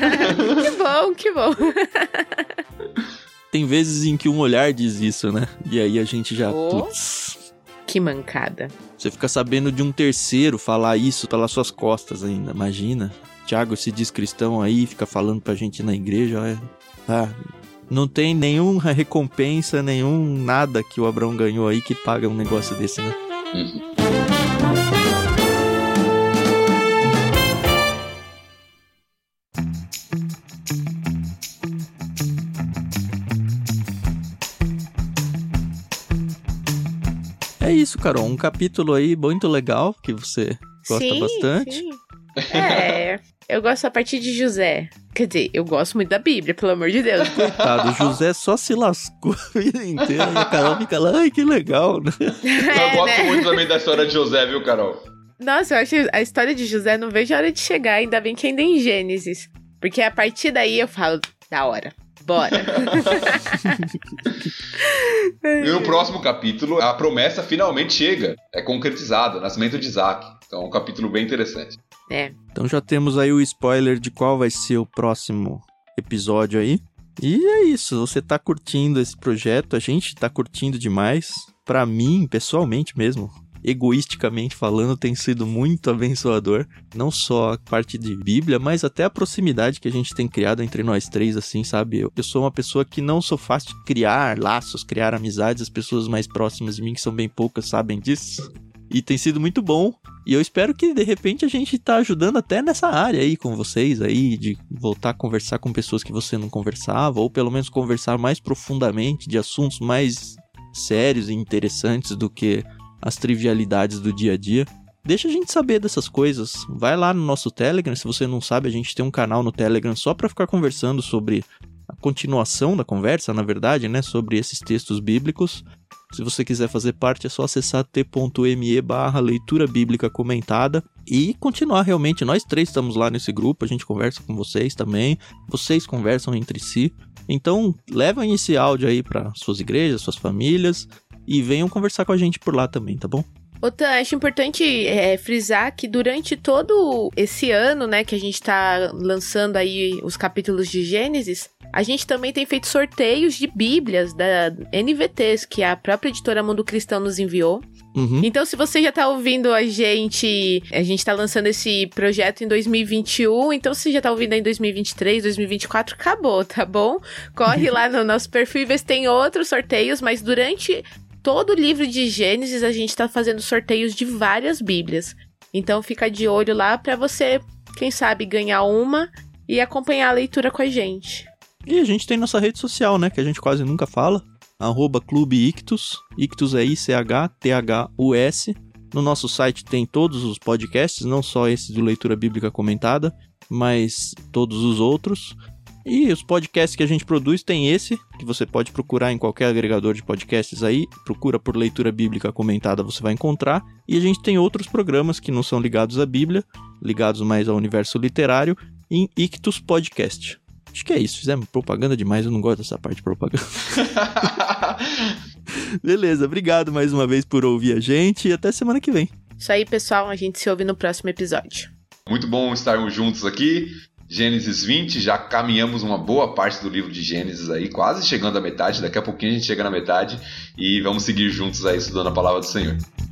Que bom, que bom. Tem vezes em que um olhar diz isso, né? E aí a gente já, Oh. putz... Que mancada. Você fica sabendo de um terceiro falar isso pelas suas costas ainda, imagina. Thiago se diz cristão aí, fica falando pra gente na igreja, é... ah, não tem nenhuma recompensa, nenhum nada que o Abraão ganhou aí que paga um negócio desse, né? Uhum. É isso, Carol. Um capítulo aí muito legal, que você gosta sim, bastante. Sim. É, eu gosto a partir de José. Quer dizer, eu gosto muito da Bíblia, pelo amor de Deus. Coitado, o José só se lascou a vida inteira e a Carol fica lá, ai, que legal, né? É, eu gosto né? muito também da história de José, viu, Carol? Nossa, eu acho a história de José, não vejo a hora de chegar, ainda bem que ainda é em Gênesis. Porque a partir daí eu falo, da hora. Bora. E no próximo capítulo, a promessa finalmente chega. É concretizada, o nascimento de Isaac. Então é um capítulo bem interessante. É. Então já temos aí o spoiler de qual vai ser o próximo episódio aí. E é isso, você tá curtindo esse projeto, a gente tá curtindo demais. Pra mim, pessoalmente mesmo, egoisticamente falando, tem sido muito abençoador. Não só a parte de Bíblia, mas até a proximidade que a gente tem criado entre nós três, assim, sabe? Eu, eu sou uma pessoa que não sou fácil de criar laços, criar amizades. As pessoas mais próximas de mim, que são bem poucas, sabem disso. E tem sido muito bom. E eu espero que, de repente, a gente tá ajudando até nessa área aí com vocês aí, de voltar a conversar com pessoas que você não conversava, ou pelo menos conversar mais profundamente de assuntos mais sérios e interessantes do que as trivialidades do dia a dia. Deixa a gente saber dessas coisas. Vai lá no nosso Telegram, se você não sabe, a gente tem um canal no Telegram só para ficar conversando sobre a continuação da conversa, na verdade, né, sobre esses textos bíblicos. Se você quiser fazer parte, é só acessar t.me barra leitura bíblica comentada e continuar realmente. Nós três estamos lá nesse grupo, a gente conversa com vocês também, vocês conversam entre si. Então, levem esse áudio aí para suas igrejas, suas famílias, e venham conversar com a gente por lá também, tá bom? Otan, acho importante é, frisar que durante todo esse ano, né, que a gente tá lançando aí os capítulos de Gênesis, a gente também tem feito sorteios de bíblias da N V Ts, que a própria editora Mundo Cristão nos enviou. Uhum. Então, se você já tá ouvindo a gente, a gente tá lançando esse projeto em dois mil e vinte e um, então se você já tá ouvindo aí em dois mil e vinte e três, dois mil e vinte e quatro, acabou, tá bom? Corre lá no nosso perfil e vê se tem outros sorteios, mas durante todo o livro de Gênesis a gente tá fazendo sorteios de várias bíblias. Então, fica de olho lá pra você, quem sabe, ganhar uma e acompanhar a leitura com a gente. E a gente tem nossa rede social, né, que a gente quase nunca fala, arroba Clube Ictus, Ictus é I C H T H U S. No nosso site tem todos os podcasts, não só esse do Leitura Bíblica Comentada, mas todos os outros. E os podcasts que a gente produz tem esse, que você pode procurar em qualquer agregador de podcasts aí, procura por Leitura Bíblica Comentada, você vai encontrar. E a gente tem outros programas que não são ligados à Bíblia, ligados mais ao universo literário, em Ictus Podcast. Acho que é isso, fizemos propaganda demais, eu não gosto dessa parte de propaganda. Beleza, obrigado mais uma vez por ouvir a gente e até semana que vem. Isso aí, pessoal, a gente se ouve no próximo episódio. Muito bom estarmos juntos aqui. Gênesis vinte, já caminhamos uma boa parte do livro de Gênesis aí, quase chegando à metade, daqui a pouquinho a gente chega na metade e vamos seguir juntos aí estudando a palavra do Senhor.